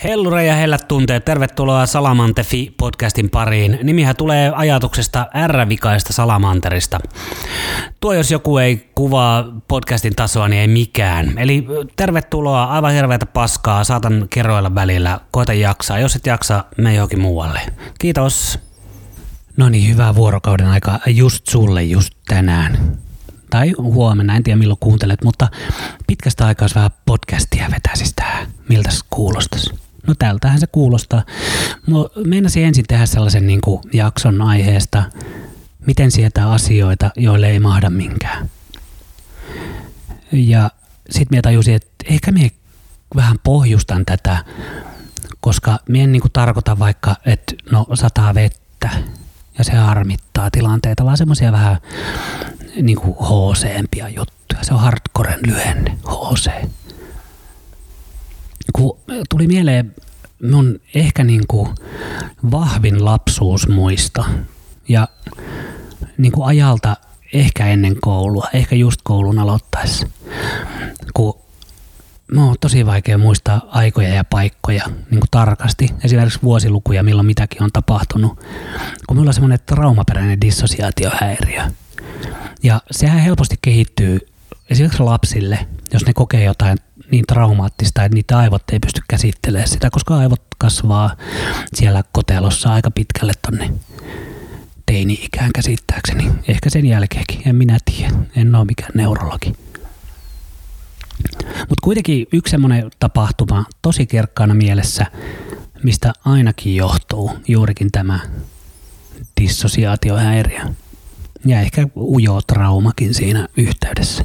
Hellure ja hellät tunteet, tervetuloa Salamantefi-podcastin pariin. Nimihän tulee ajatuksesta R-vikaista salamanterista. Tuo jos joku ei kuvaa podcastin tasoa, niin ei mikään. Eli tervetuloa, aivan hirveätä paskaa, saatan kerroilla välillä, koita jaksaa. Jos et jaksa, mene johonkin muualle. Kiitos. No niin, hyvää vuorokauden aikaa just sulle, just tänään. Tai huomenna, en tiedä milloin kuuntelet, mutta pitkästä aikaa vähän podcastia vetäisis tähän. Miltäs kuulostaisi? No tältähän se kuulostaa. Meinasin ensin tehdä sellaisen niin kuin jakson aiheesta, miten sietää asioita, joille ei mahda minkään. Ja sit minä tajusin, että ehkä minä vähän pohjustan tätä, koska minä en niin kuin tarkoita vaikka, että no sataa vettä ja se harmittaa tilanteita, vaan semmoisia vähän niin kuin HC-empia juttuja. Se on hardcoren lyhenne, HC. Kun tuli mieleen mun ehkä niin kuin vahvin lapsuusmuisto ja niin kuin ajalta ehkä ennen koulua, ehkä just koulun aloittaessa, kun on tosi vaikea muistaa aikoja ja paikkoja niin kuin tarkasti, esimerkiksi vuosilukuja, milloin mitäkin on tapahtunut, kun minulla on semmoinen traumaperäinen dissosiaatiohäiriö. Ja sehän helposti kehittyy esimerkiksi lapsille, jos ne kokee jotain niin traumaattista, että niitä aivot ei pysty käsittelemään sitä, koska aivot kasvaa siellä kotelossa aika pitkälle tonne teini-ikään käsittääkseni. Ehkä sen jälkeenkin, en minä tiedä, en ole mikään neurologi. Mutta kuitenkin yksi semmoinen tapahtuma tosi kirkkaana mielessä, mistä ainakin johtuu juurikin tämä dissosiaatiohäiriö. Ja ehkä ujo traumakin siinä yhteydessä.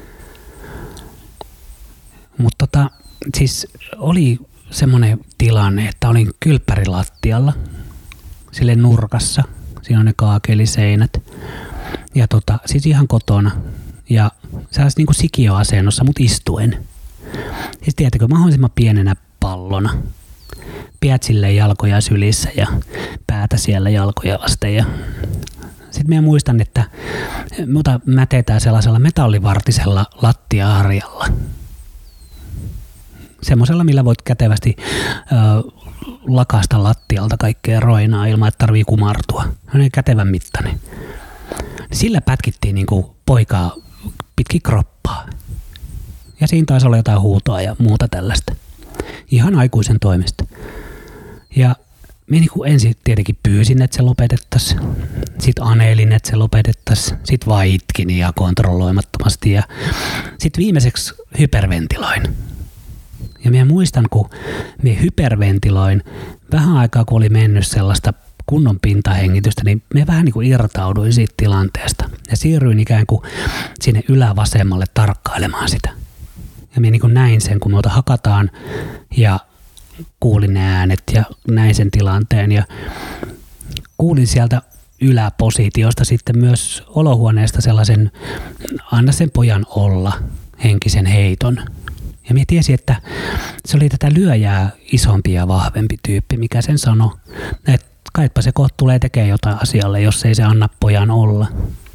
Mutta siis oli semmoinen tilanne, että olin kylppärilattialla, sille nurkassa. Siinä on ne kaakeliseinät. Ja siis ihan kotona. Ja sellaisessa niin kuin sikioasennossa, mut istuen. Siis tiedätkö, mahdollisimman pienenä pallona. Piät silleen jalkoja sylissä ja päätä siellä jalkoja vasten. Ja sitten minä muistan, että muuta mätetään sellaisella metallivartisella lattiaharjalla. Semmoisella, millä voit kätevästi lakasta lattialta kaikkea roinaa ilman, että tarvii kumartua. Sellainen kätevän mittainen. Sillä pätkittiin niinku poikaa pitkin kroppaa. Ja siinä taisi olla jotain huutoa ja muuta tällaista. Ihan aikuisen toimesta. Ja minä niinku ensin tietenkin pyysin, että se lopetettaisiin. Sitten anelin, että se lopetettaisiin. Sitten vaan itkin ja kontrolloimattomasti. Ja sitten viimeiseksi hyperventiloin. Ja minä muistan, kun minä hyperventiloin vähän aikaa, kun oli mennyt sellaista kunnon pintahengitystä, niin minä vähän niin kuin irtauduin siitä tilanteesta. Ja siirryin ikään kuin sinne ylävasemmalle tarkkailemaan sitä. Ja minä niin kuin näin sen, kun noita hakataan ja kuulin ne äänet ja näin sen tilanteen. Ja kuulin sieltä yläpositiosta sitten myös olohuoneesta sellaisen anna sen pojan olla henkisen heiton. Ja minä tiesin, että se oli tätä lyöjää isompi ja vahvempi tyyppi, mikä sen sanoi, että kaipa se kohta tulee tekemään jotain asialle, jos ei se anna pojan olla.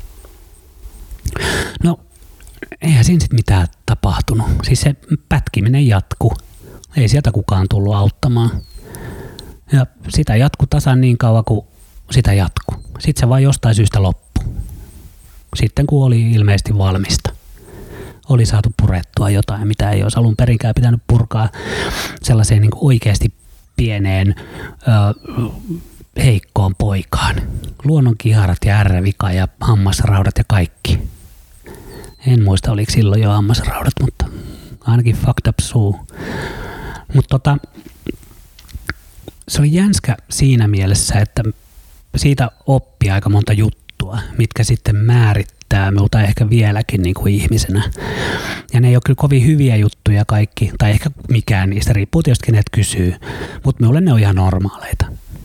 No, eihän siinä sitten mitään tapahtunut. Siis se pätkiminen jatkuu. Ei sieltä kukaan tullut auttamaan. Ja sitä jatkuu tasan niin kauan kuin sitä jatkuu. Sitten se vaan jostain syystä loppui. Sitten kun oli ilmeisesti valmista. Oli saatu purettua jotain, mitä ei olisi alun perinkään pitänyt purkaa sellaiseen niin kuin oikeasti pieneen heikkoon poikaan. Luonnonkiharat ja R-vika ja hammasraudat ja kaikki. En muista, oliko silloin jo hammasraudat, mutta ainakin fucked up suu. Mutta se oli jänskä siinä mielessä, että siitä oppi aika monta juttua, mitkä sitten määrittää minulta ehkä vieläkin niin kuin ihmisenä. Ja ne ei ole kyllä kovin hyviä juttuja kaikki, tai ehkä mikään niistä, riippuu tietysti kenet kysyy, mutta minulle ne on ihan normaaleita.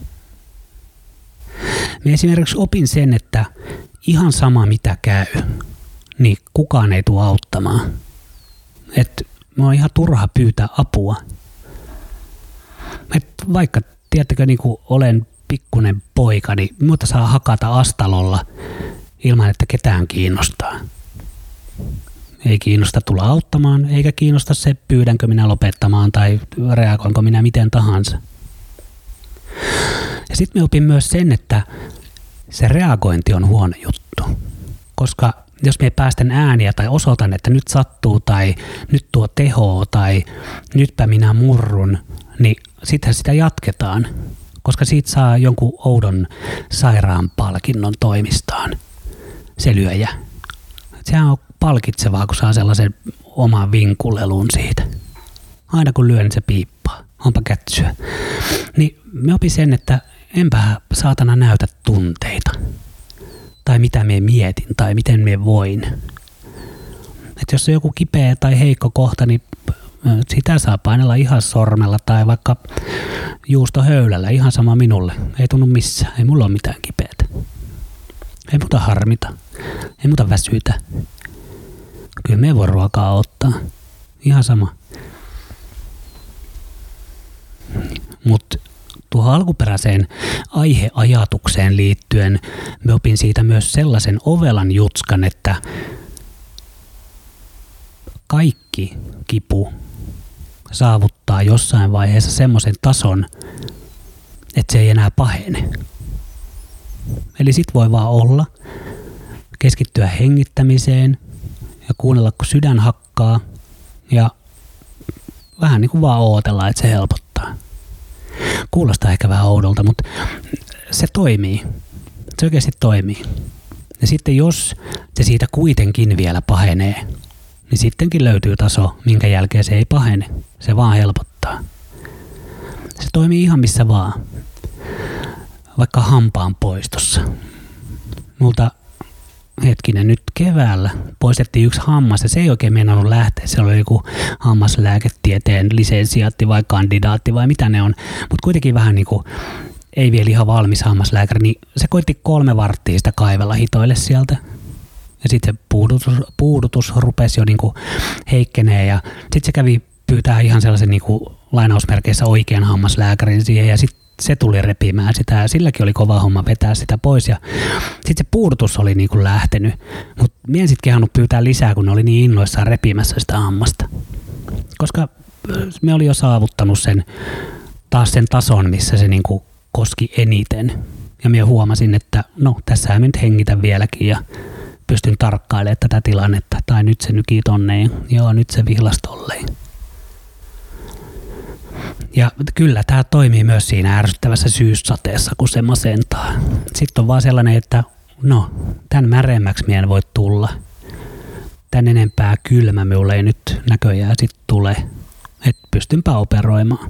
Minä esimerkiksi opin sen, että ihan sama mitä käy, niin kukaan ei tule auttamaan. Että minun on ihan turha pyytää apua. Et vaikka, tiedättekö, niin kuin olen pikkunen poika, niin minulta saa hakata astalolla ilman, että ketään kiinnostaa. Ei kiinnosta tulla auttamaan, eikä kiinnosta se, pyydänkö minä lopettamaan tai reagoinko minä miten tahansa. Ja sitten me opin myös sen, että se reagointi on huono juttu, koska jos me päästän ääniä tai osoitan, että nyt sattuu tai nyt tuo tehoo tai nytpä minä murrun, niin sitten sitä jatketaan, koska siitä saa jonkun oudon sairaan palkinnon toimistaan, se lyöjä. Sehän on palkitsevaa, kun saa sellaisen oman vinkulelun siitä. Aina kun lyön, niin se piippaa. Onpa kätsyä. Niin me opin sen, että enpä saatana näytä tunteita. Tai mitä me mietin, tai miten me voin. Että jos on joku kipeä tai heikko kohta, niin sitä saa painella ihan sormella tai vaikka juustohöylällä. Ihan sama minulle. Ei tunnu missään. Ei mulla ole mitään kipeätä. Ei muuta harmita. Ei muuta väsytä. Kyllä me voi ruokaa ottaa. Ihan sama. Mutta tuohon alkuperäiseen aiheajatukseen liittyen me opin siitä myös sellaisen ovelan jutskan, että kaikki kipu saavuttaa jossain vaiheessa semmoisen tason, että se ei enää pahene. Eli sit voi vaan olla, keskittyä hengittämiseen ja kuunnella, kun sydän hakkaa ja vähän niin kuin vaan ootella, että se helpottaa. Kuulostaa ehkä vähän oudolta, mutta se toimii. Se oikeasti toimii. Ja sitten jos se siitä kuitenkin vielä pahenee, niin sittenkin löytyy taso, minkä jälkeen se ei pahene. Se vaan helpottaa. Se toimii ihan missä vaan. Vaikka hampaan poistossa. Multa hetkinen, nyt keväällä poistettiin yksi hammas ja se ei oikein meinannut lähteä. Se oli joku hammaslääketieteen lisensiaatti vai kandidaatti vai mitä ne on. Mutta kuitenkin vähän niin kuin ei vielä ihan valmis hammaslääkäri, niin se koitti 3 varttia sitä kaivella hitoille sieltä. Ja sitten se puudutus rupesi jo niin kuin heikkenee ja sitten se kävi pyytää ihan sellaisen niin kuin lainausmerkeissä oikean hammaslääkärin siihen ja sitten se tuli repimään sitä ja silläkin oli kova homma vetää sitä pois ja sitten se puudutus oli niin kuin lähtenyt, mutta minä en sitten kehannut pyytää lisää, kun ne oli niin innoissaan repimässä sitä hammasta, koska me oli jo saavuttanut taas sen tason, missä se niin kuin koski eniten ja minä huomasin, että no tässähän minä nyt hengitän vieläkin ja pystyn tarkkailemaan tätä tilannetta tai nyt se nyki tonne ja joo nyt se vihlas tolleen. Ja kyllä tämä toimii myös siinä ärsyttävässä syyssateessa, kun se masentaa. Sitten on vaan sellainen, että no, tämän märemmäksi minä en voi tulla. Tän enempää kylmä minulle ei nyt näköjään sitten tule, että pystynpä operoimaan.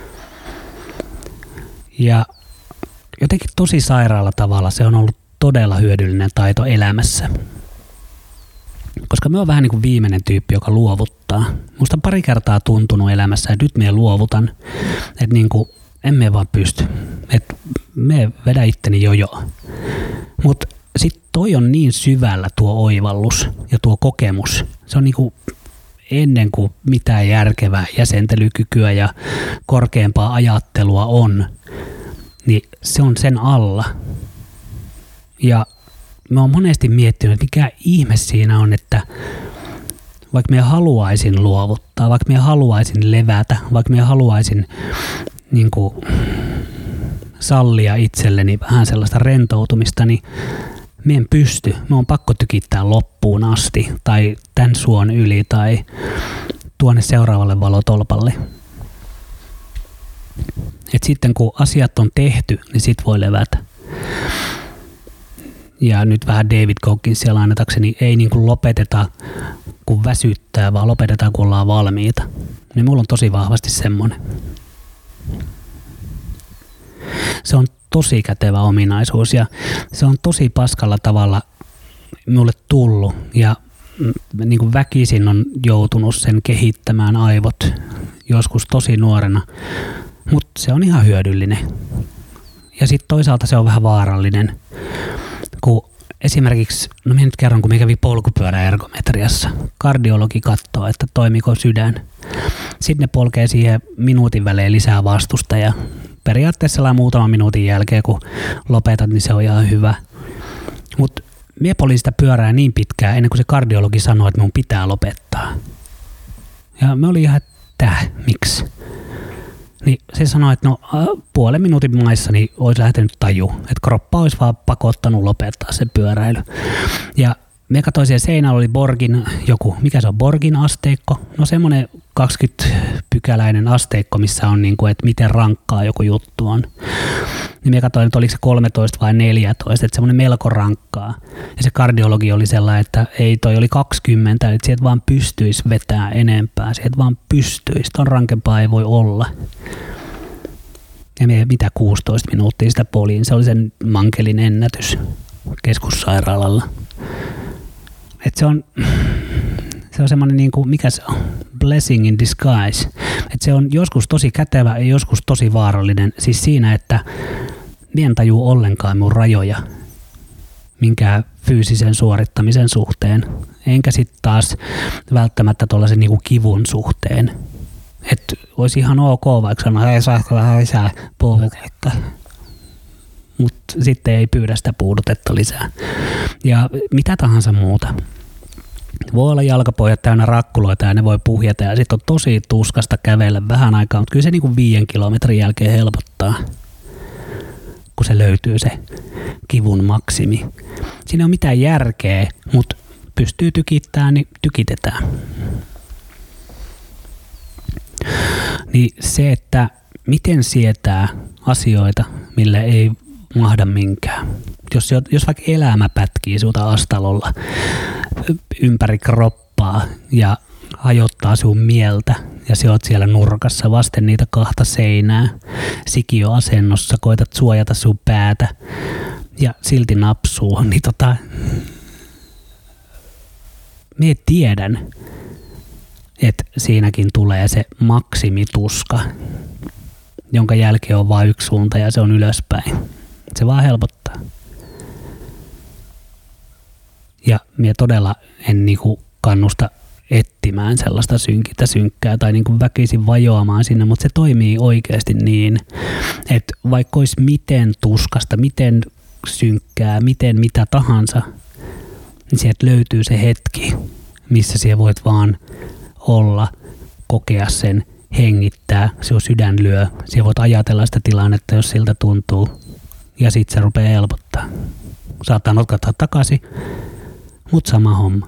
Ja jotenkin tosi sairaalla tavalla se on ollut todella hyödyllinen taito elämässä. Koska me on vähän niin kuin viimeinen tyyppi, joka luovuttaa. Musta on pari kertaa tuntunut elämässä, että nyt me luovutan. Että niin kuin en me vaan pysty. Että me vedä itteni jo. Mutta sitten toi on niin syvällä tuo oivallus ja tuo kokemus. Se on niin kuin ennen kuin mitään järkevää jäsentelykykyä ja korkeampaa ajattelua on, niin se on sen alla. Ja mä oon monesti miettinyt, että mikä ihme siinä on, että vaikka mä haluaisin luovuttaa, vaikka mä haluaisin levätä, vaikka mä haluaisin niin kuin sallia itselleni vähän sellaista rentoutumista, niin mä en pysty. Mä oon pakko tykittää loppuun asti tai tän suon yli tai tuonne seuraavalle valotolpalle. Et sitten kun asiat on tehty, niin sit voi levätä. Ja nyt vähän David Goggins lainatakseni, ei niin kuin lopeteta kun väsyttää, vaan lopetetaan kun ollaan valmiita. Niin mulla on tosi vahvasti semmonen. Se on tosi kätevä ominaisuus ja se on tosi paskalla tavalla mulle tullut ja niin kuin väkisin on joutunut sen kehittämään aivot joskus tosi nuorena, mutta se on ihan hyödyllinen. Ja sitten toisaalta se on vähän vaarallinen, kun esimerkiksi, no minä nyt kerron, kun minä kävin polkupyöräergometriassa, kardiologi katsoo, että toimiko sydän. Sitten ne polkee siihen minuutin välein lisää vastusta ja periaatteessa muutaman minuutin jälkeen, kun lopetat, niin se on ihan hyvä. Mutta Mie polin sitä pyörää niin pitkään ennen kuin se kardiologi sanoi, että minun pitää lopettaa. Ja me oli ihan, että miksi? Niin se sanoi, että no puolen minuutin maissa niin olisi lähtenyt taju, että kroppa olisi vaan pakottanut lopettaa se pyöräily. Ja me katsoin siellä seinällä oli Borgin mikä se on, Borgin asteikko? No semmoinen 20-pykäläinen asteikko, missä on niin kuin, että miten rankkaa joku juttu on. Niin me katsoin, että oliko se 13 vai 14, että semmoinen melko rankkaa. Ja se kardiologi oli sellainen, että ei, toi oli 20, että sieltä vaan pystyisi vetää enempää, sieltä vaan pystyisi, ton rankempaa ei voi olla. Ja me mitä 16 minuuttia sitä poliin, se oli sen mankelin ennätys keskussairaalalla. Että se on semmoinen niin kuin, mikä se on, blessing in disguise. Että se on joskus tosi kätevä ja joskus tosi vaarallinen. Siis siinä, että mie en tajuu ollenkaan mun rajoja minkään fyysisen suorittamisen suhteen. Enkä sitten taas välttämättä tuollaisen niin kuin kivun suhteen. Että olisi ihan ok vaikka sanoa, ei saatko vähän lisää puudutetta. Mutta sitten ei pyydä sitä puudutetta lisää. Ja mitä tahansa muuta. Voi olla jalkapojat täynnä rakkuloita ja ne voi puhjata ja sitten on tosi tuskasta kävellä vähän aikaa, mutta kyllä se niinku 5 kilometrin jälkeen helpottaa, kun se löytyy se kivun maksimi. Siinä ei ole mitään järkeä, mutta pystyy tykittämään, niin tykitetään. Niin se, että miten sietää asioita, millä ei mahda minkään. Jos vaikka elämä pätkii sinulta astalolla ympäri kroppaa ja hajottaa sinun mieltä ja sinä olet siellä nurkassa vasten niitä 2 seinää sikiöasennossa, koetat suojata sinun päätä ja silti napsuu, niin minä tiedän, että siinäkin tulee se maksimituska, jonka jälkeen on vain yksi suunta ja se on ylöspäin. Se vaan helpottaa. Ja minä todella en niinku kannusta etsimään sellaista synkkää tai niinku väkisin vajoamaan sinne, mutta se toimii oikeasti niin, että vaikka olisi miten tuskasta, miten synkkää, miten mitä tahansa, niin sieltä löytyy se hetki, missä siellä voit vaan olla, kokea sen, hengittää, se on sydän lyö, siellä voit ajatella sitä tilannetta, jos siltä tuntuu, ja sitten se rupeaa helpottaa. Saattaa notkata takaisin, mutta sama homma.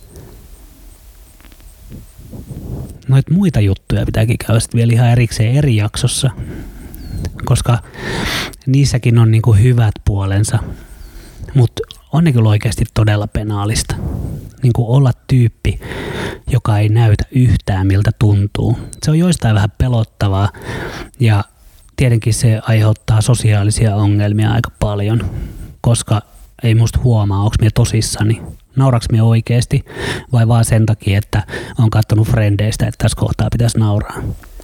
Noita muita juttuja pitääkin käydä sitten vielä ihan erikseen eri jaksossa, koska niissäkin on niinku hyvät puolensa, mutta on ne kyllä oikeasti todella penaalista. Niinku olla tyyppi, joka ei näytä yhtään miltä tuntuu. Se on joistain vähän pelottavaa ja tietenkin se aiheuttaa sosiaalisia ongelmia aika paljon, koska ei musta huomaa, onko minä tosissani, nauraks minä oikeasti vai vaan sen takia, että on katsonut Frendeistä, että tässä kohtaa pitäisi nauraa.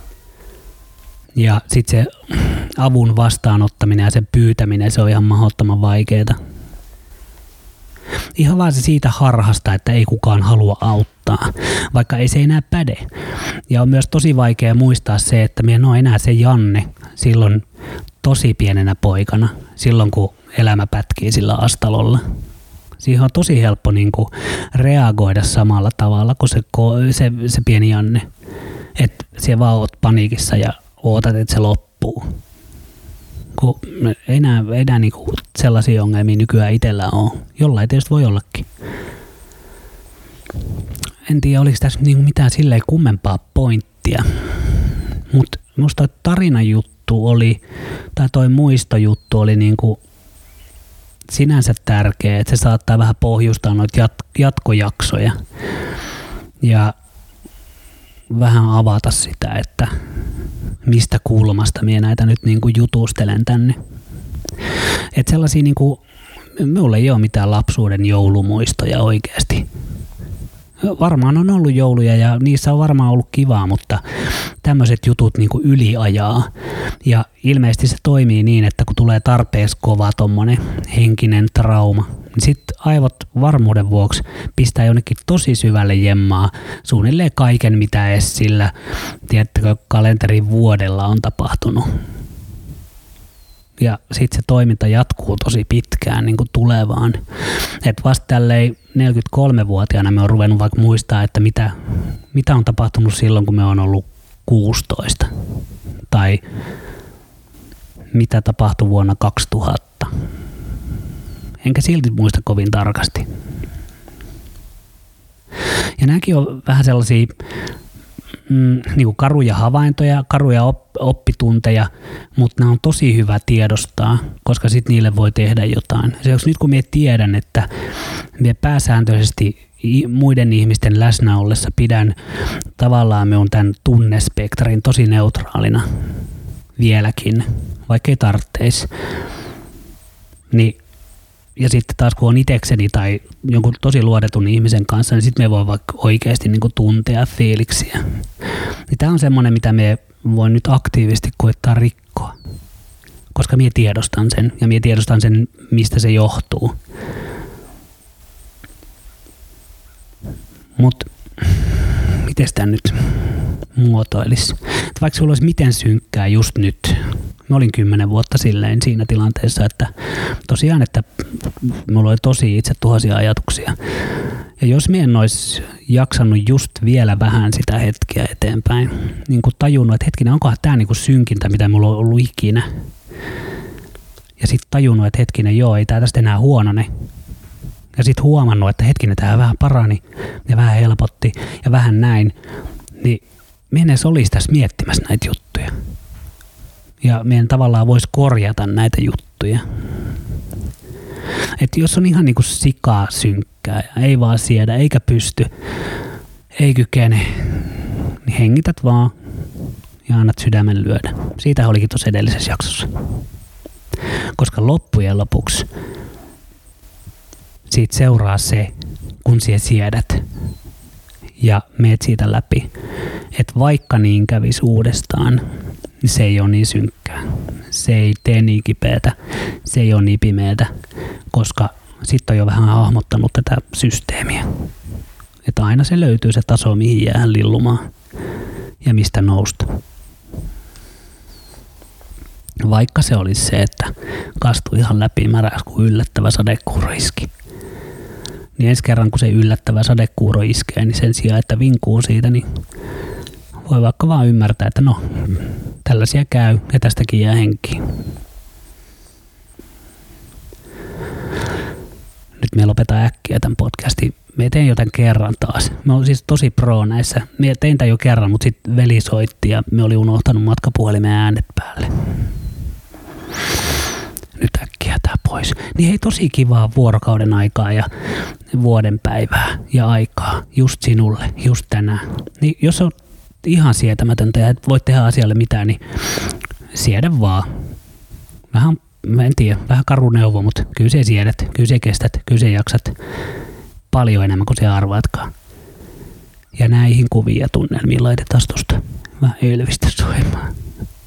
Ja sitten se avun vastaanottaminen ja sen pyytäminen, se on ihan mahdottoman vaikeaa. Ihan vaan se siitä harhasta, että ei kukaan halua auttaa, vaikka ei se enää päde. Ja on myös tosi vaikea muistaa se, että minä en ole enää se Janne silloin tosi pienenä poikana, silloin kun elämä pätkii sillä astalolla. Siihen on tosi helppo niin kuin reagoida samalla tavalla kuin se pieni Janne. Että siellä vaan oot paniikissa ja ootat, että se loppuu. Kun ei enää niin kuin sellaisia ongelmia nykyään itsellä ole. Jollain tietysti voi ollakin. En tiedä, oliko tässä niin kuin mitään silleen kummempaa pointtia. Mutta musta toi tarinajuttu oli, tai toi muistojuttu oli niin kuin sinänsä tärkeä, että se saattaa vähän pohjustaa noita jatkojaksoja. Ja vähän avata sitä, että mistä kulmasta minä näitä nyt niin kuin jutustelen tänne. Että sellaisia niin kuin, minulla ei ole mitään lapsuuden joulumuistoja oikeasti. Varmaan on ollut jouluja ja niissä on varmaan ollut kivaa, mutta tämmöiset jutut niin kuin yliajaa. Ja ilmeisesti se toimii niin, että kun tulee tarpeeksi kova tommonen henkinen trauma, niin sitten aivot varmuuden vuoksi pistää jonnekin tosi syvälle jemmaa suunnilleen kaiken, mitä edes sillä, tiedättekö, kalenterin vuodella on tapahtunut. ja sitten se toiminta jatkuu tosi pitkään niin kuin tulevaan. Et vasta tälleen 43-vuotiaana me on ruvennut vaikka muistaa, että mitä on tapahtunut silloin, kun me on ollut 16. Tai mitä tapahtui vuonna 2000. Enkä silti muista kovin tarkasti. Ja nämäkin on vähän sellaisia niin kuin karuja havaintoja, karuja oppitunteja, mutta nämä on tosi hyvä tiedostaa, koska sitten niille voi tehdä jotain. Se nyt kun minä tiedän, että minä pääsääntöisesti muiden ihmisten läsnä ollessa pidän tavallaan minun tämän tunnespektrin tosi neutraalina vieläkin, vaikka ei tarvitseisi. Niin, ja sitten taas kun on itekseni tai jonkun tosi luodetun ihmisen kanssa, niin sitten me voi vaikka oikeasti niin kuin tuntea fiiliksiä. Niin tämä on semmoinen, mitä me voin nyt aktiivisesti koittaa rikkoa, koska minä tiedostan sen ja minä tiedostan sen, mistä se johtuu. Mutta miten sitä nyt muotoilisi? Vaikka sulla olisi miten synkkää just nyt. Mä olin 10 vuotta silleen siinä tilanteessa, että tosiaan, että mulla oli tosi itsetuhoisia ajatuksia. Ja jos mä en olisi jaksanut just vielä vähän sitä hetkeä eteenpäin, niin kuin tajunnut, että hetkinen, onkohan tää niin kuin synkintä, mitä mulla on ollut ikinä. Ja sitten tajunnut, että hetkinen, joo, ei tää tästä enää huonone. Ja sitten huomannut, että hetkinen, tää vähän parani ja vähän helpotti ja vähän näin. Niin mä en edes olisi tässä miettimässä näitä juttuja. Ja meidän tavallaan voisi korjata näitä juttuja. Että jos on ihan niinku sikaa synkkää ja ei vaan siedä, eikä pysty, ei kykene, niin hengität vaan ja annat sydämen lyödä. Siitä olikin tuossa edellisessä jaksossa. Koska loppujen lopuksi siitä seuraa se, kun sinä siedät ja meet siitä läpi, että vaikka niin kävisi uudestaan, niin se ei ole niin synkkää. Se ei tee niin kipeätä, se ei ole niin pimeätä, koska sitten on jo vähän hahmottanut tätä systeemiä. Että aina se löytyy se taso, mihin jäähän lillumaan ja mistä nousta. Vaikka se olisi se, että kastuu ihan läpi märäksi kuin yllättävä sadekuuroiski. Niin ensi kerran kun se yllättävä sadekuuro iskee, niin sen sijaan, että vinkuu siitä, niin voi vaikka vaan ymmärtää, että no, tällaisia käy ja tästäkin jää henkiin. Nyt me lopetaan äkkiä tämän podcastin. Me tein jo tämän kerran taas. Me olen siis tosi pro näissä. Me tein tämän jo kerran, mutta sitten veli soitti ja me oli unohtanut matkapuhelimen äänet päälle. Nyt äkkiä tää pois. Niin hei, tosi kivaa vuorokauden aikaa ja vuoden päivää ja aikaa just sinulle, just tänään. Niin jos on ihan sietämätöntä ja et voi tehdä asialle mitään, niin siedä vaan. Vähän, mä en tiedä, vähän karu neuvo, mutta kyllä se siedät, kyllä se kestät, kyllä se jaksat paljon enemmän kuin se arvaatkaan. Ja näihin kuviin ja tunnelmiin laitetaan tosta vähän Elvistä soimaan.